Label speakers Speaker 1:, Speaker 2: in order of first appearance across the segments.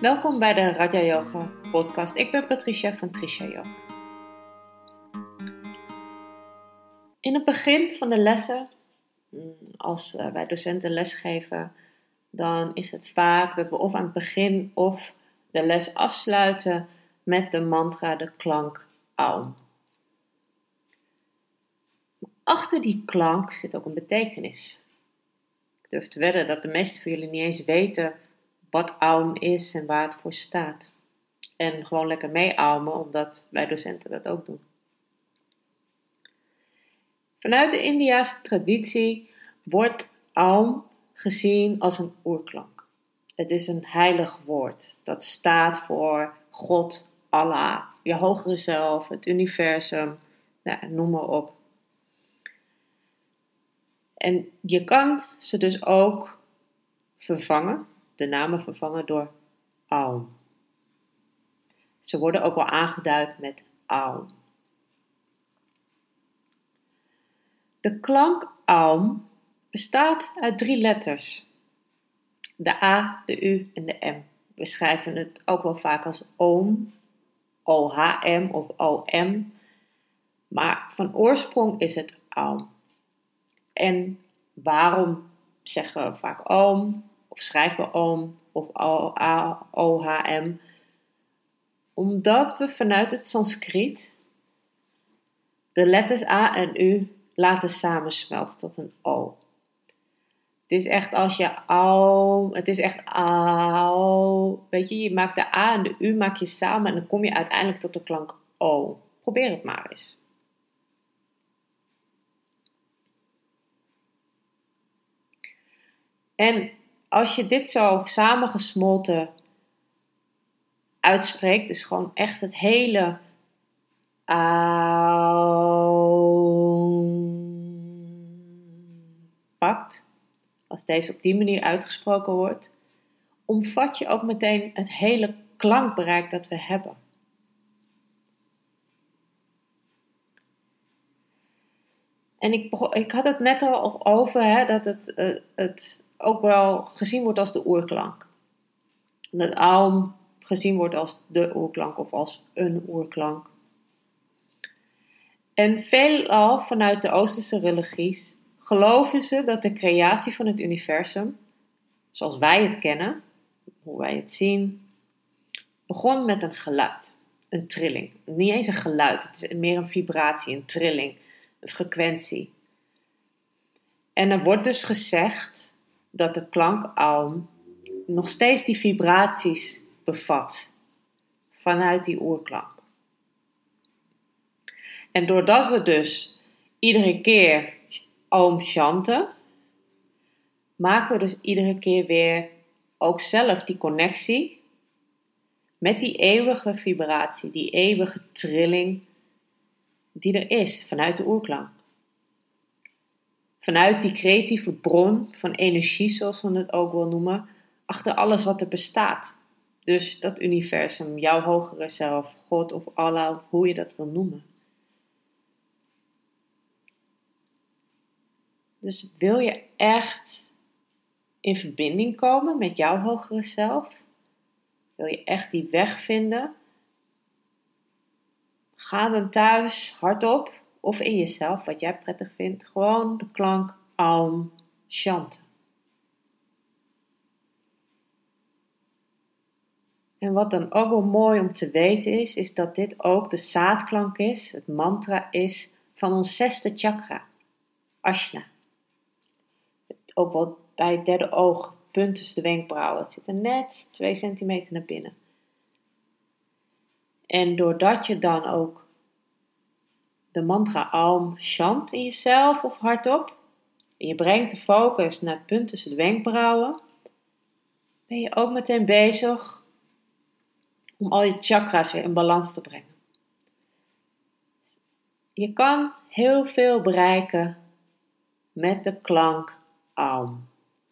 Speaker 1: Welkom bij de Raja Yoga podcast. Ik ben Patricia van Trisha Yoga. In het begin van de lessen, als wij docenten lesgeven, dan is het vaak dat we of aan het begin of de les afsluiten met de mantra, de klank Aum. Achter die klank zit ook een betekenis. Ik durf te wedden dat de meesten van jullie niet eens weten wat Aum is en waar het voor staat. En gewoon lekker mee aumen, omdat wij docenten dat ook doen. Vanuit de Indiase traditie wordt Aum gezien als een oerklank. Het is een heilig woord. Dat staat voor God, Allah, je hogere zelf, het universum, noem maar op. En je kan ze dus ook vervangen, de namen vervangen door Aum. Ze worden ook wel aangeduid met Aum. De klank Aum bestaat uit 3 letters. De A, de U en de M. We schrijven het ook wel vaak als Oom, O-H-M of O-M. Maar van oorsprong is het Aum. En waarom zeggen we vaak Oom of schrijven we Oom of O-H-M? Omdat we vanuit het Sanskriet de letters A en U laten samensmelten tot een O. Het is echt als je Aum, het is echt Au. Weet je maakt de A en de U maak je samen en dan kom je uiteindelijk tot de klank O. Probeer het maar eens. En als je dit zo samengesmolten uitspreekt, dus gewoon echt het hele pakt, als deze op die manier uitgesproken wordt, omvat je ook meteen het hele klankbereik dat we hebben. En ik had het net al over dat het ook wel gezien wordt als de oerklank. Dat Aum gezien wordt als de oerklank of als een oerklank. En veelal vanuit de Oosterse religies geloven ze dat de creatie van het universum, zoals wij het kennen, hoe wij het zien, begon met een geluid, een trilling. Niet eens een geluid, het is meer een vibratie, een trilling, een frequentie. En er wordt dus gezegd dat de klank Aum nog steeds die vibraties bevat vanuit die oerklank. En doordat we dus iedere keer Aum chanten, maken we dus iedere keer weer ook zelf die connectie met die eeuwige vibratie, die eeuwige trilling die er is vanuit de oerklank. Vanuit die creatieve bron van energie, zoals we het ook wel noemen, achter alles wat er bestaat. Dus dat universum, jouw hogere zelf, God of Allah, hoe je dat wil noemen. Dus wil je echt in verbinding komen met jouw hogere zelf? Wil je echt die weg vinden? Ga dan thuis hardop of in jezelf, wat jij prettig vindt, gewoon de klank Aum chanten. En wat dan ook wel mooi om te weten is dat dit ook de zaadklank is, het mantra is van ons 6e chakra, Ajna. Ook wel bij het 3e oog, het punt tussen de wenkbrauwen. Het zit er net 2 centimeter naar binnen. En doordat je dan ook de mantra Aum chant in jezelf of hardop, en je brengt de focus naar het punt tussen de wenkbrauwen, ben je ook meteen bezig om al je chakra's weer in balans te brengen. Je kan heel veel bereiken met de klank Aum.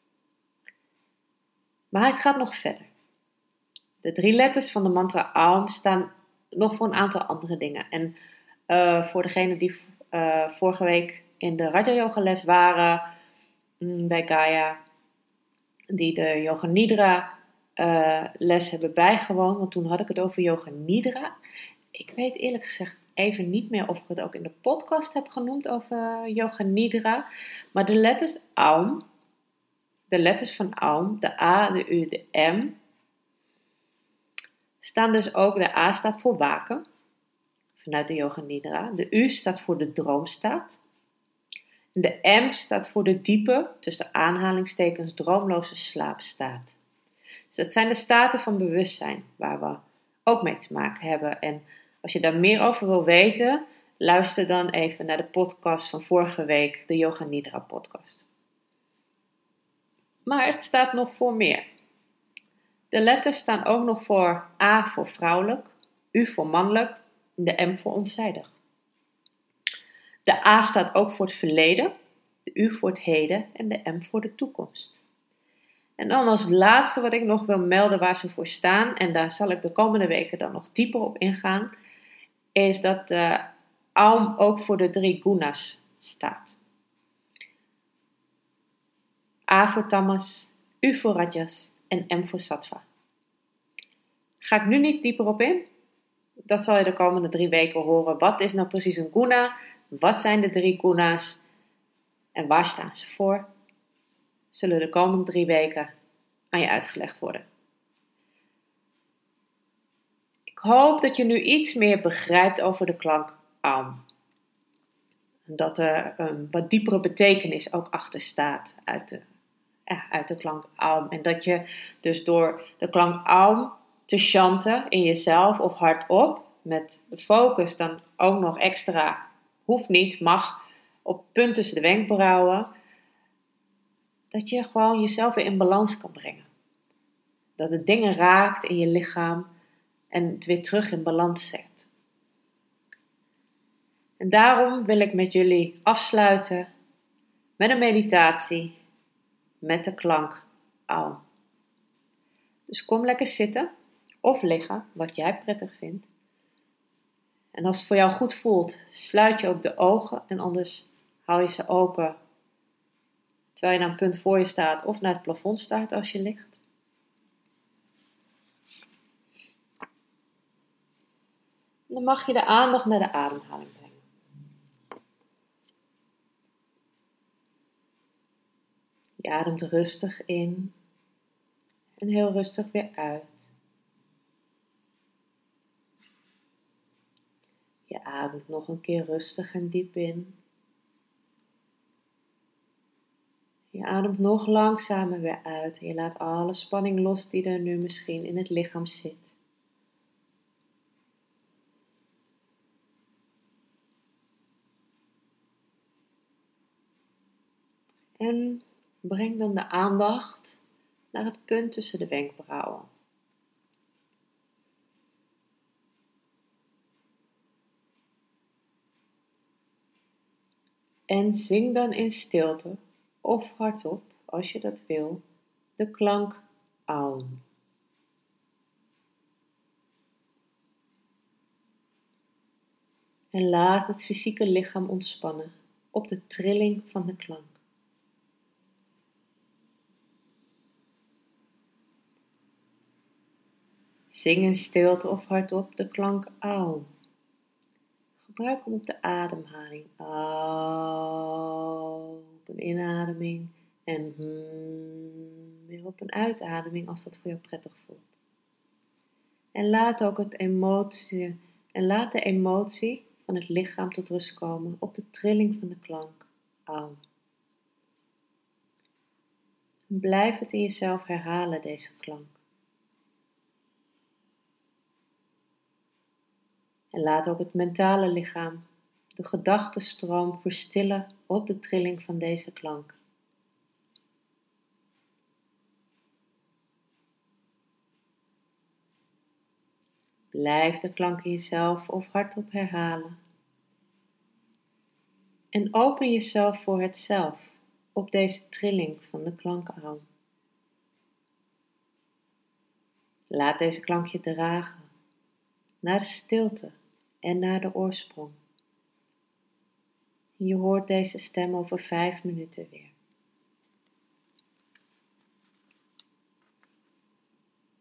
Speaker 1: Maar het gaat nog verder. De 3 letters van de mantra Aum staan nog voor een aantal andere dingen. En voor degenen die vorige week in de Raja Yoga les waren bij Gaia, die de Yoga Nidra les hebben bijgewoond. Want toen had ik het over Yoga Nidra. Ik weet eerlijk gezegd even niet meer of ik het ook in de podcast heb genoemd over Yoga Nidra. Maar de letters Aum, de letters van Aum, de A, de U, de M, staan dus ook, de A staat voor waken, vanuit de Yoga Nidra. De U staat voor de droomstaat. En de M staat voor de diepe, tussen de aanhalingstekens, droomloze slaapstaat. Dus dat zijn de staten van bewustzijn waar we ook mee te maken hebben. En als je daar meer over wil weten, luister dan even naar de podcast van vorige week, de Yoga Nidra podcast. Maar het staat nog voor meer. De letters staan ook nog voor A voor vrouwelijk, U voor mannelijk en de M voor onzijdig. De A staat ook voor het verleden, de U voor het heden en de M voor de toekomst. En dan als laatste wat ik nog wil melden waar ze voor staan, en daar zal ik de komende weken dan nog dieper op ingaan, is dat de Aum ook voor de 3 gunas staat. A voor tamas, U voor rajas en M voor sattva. Ga ik nu niet dieper op in. Dat zal je de komende 3 weken horen. Wat is nou precies een guna? Wat zijn de 3 guna's? En waar staan ze voor? Zullen de komende 3 weken aan je uitgelegd worden. Ik hoop dat je nu iets meer begrijpt over de klank Aum. Dat er een wat diepere betekenis ook achter staat uit de klank Aum. En dat je dus door de klank Aum te chanten in jezelf of hardop, met de focus dan ook nog extra, hoeft niet, mag, op punt tussen de wenkbrauwen, dat je gewoon jezelf weer in balans kan brengen. Dat het dingen raakt in je lichaam en het weer terug in balans zet. En daarom wil ik met jullie afsluiten met een meditatie met de klank Aum. Dus kom lekker zitten of liggen, wat jij prettig vindt. En als het voor jou goed voelt, sluit je ook de ogen en anders hou je ze open terwijl je naar een punt voor je staat of naar het plafond staat als je ligt. Dan mag je de aandacht naar de ademhaling brengen. Je ademt rustig in en heel rustig weer uit. Je ademt nog een keer rustig en diep in. Je ademt nog langzamer weer uit en je laat alle spanning los die er nu misschien in het lichaam zit. En breng dan de aandacht naar het punt tussen de wenkbrauwen. En zing dan in stilte of hardop, als je dat wil, de klank Aum. En laat het fysieke lichaam ontspannen op de trilling van de klank. Zing in stilte of hardop de klank Aum. Gebruik hem op de ademhaling. Aum. Op een inademing en weer op een uitademing als dat voor jou prettig voelt. En laat ook de emotie van het lichaam tot rust komen op de trilling van de klank Aum. Blijf het in jezelf herhalen, deze klank. En laat ook het mentale lichaam, de gedachtenstroom verstillen op de trilling van deze klank. Blijf de klank in jezelf of hardop herhalen. En open jezelf voor het zelf op deze trilling van de klank Aum. Laat deze klank je dragen naar de stilte en naar de oorsprong. Je hoort deze stem over 5 minuten weer.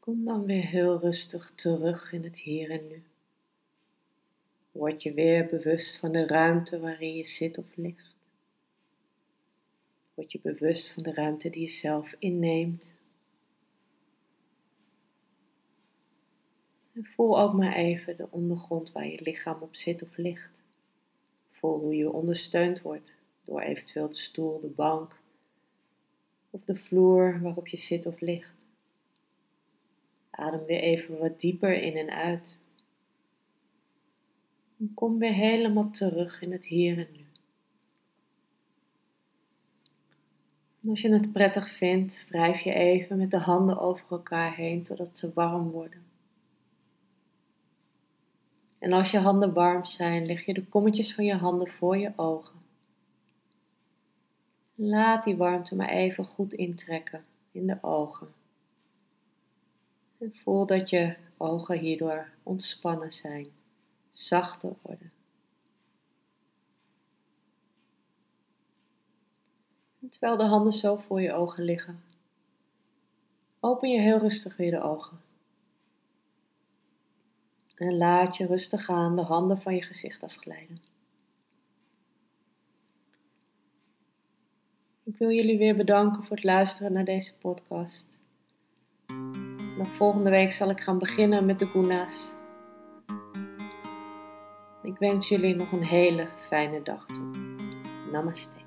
Speaker 1: Kom dan weer heel rustig terug in het hier en nu. Word je weer bewust van de ruimte waarin je zit of ligt. Word je bewust van de ruimte die je zelf inneemt. En voel ook maar even de ondergrond waar je lichaam op zit of ligt. Voel hoe je ondersteund wordt door eventueel de stoel, de bank of de vloer waarop je zit of ligt. Adem weer even wat dieper in en uit. En kom weer helemaal terug in het hier en nu. En als je het prettig vindt, wrijf je even met de handen over elkaar heen totdat ze warm worden. En als je handen warm zijn, leg je de kommetjes van je handen voor je ogen. Laat die warmte maar even goed intrekken in de ogen. En voel dat je ogen hierdoor ontspannen zijn, zachter worden. En terwijl de handen zo voor je ogen liggen, open je heel rustig weer de ogen. En laat je rustig aan de handen van je gezicht afglijden. Ik wil jullie weer bedanken voor het luisteren naar deze podcast. Volgende week zal ik gaan beginnen met de guna's. Ik wens jullie nog een hele fijne dag toe. Namaste.